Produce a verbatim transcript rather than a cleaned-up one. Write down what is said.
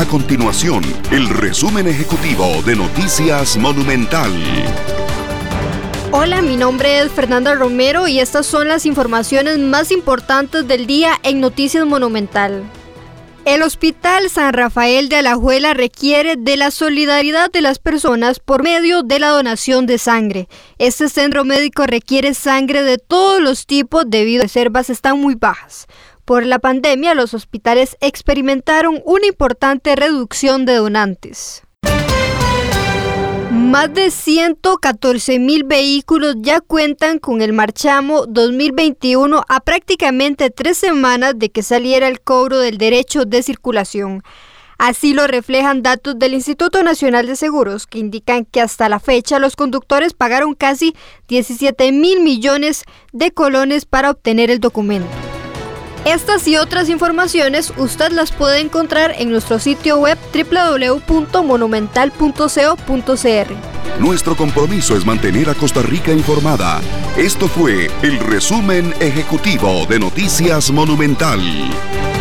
continuación el resumen ejecutivo de Noticias Monumental. Hola, mi nombre es Fernanda Romero y estas son las informaciones más importantes del día en Noticias Monumental. El Hospital San Rafael de Alajuela requiere de la solidaridad de las personas por medio de la donación de sangre. Este centro médico requiere sangre de todos los tipos debido a que las reservas están muy bajas. Por la pandemia, los hospitales experimentaron una importante reducción de donantes. Más de ciento catorce mil vehículos ya cuentan con el marchamo dos mil veintiuno a prácticamente tres semanas de que saliera el cobro del derecho de circulación. Así lo reflejan datos del Instituto Nacional de Seguros, que indican que hasta la fecha los conductores pagaron casi diecisiete mil millones de colones para obtener el documento. Estas y otras informaciones usted las puede encontrar en nuestro sitio web doble u doble u doble u punto monumental punto co punto c r. Nuestro compromiso es mantener a Costa Rica informada. Esto fue el resumen ejecutivo de Noticias Monumental.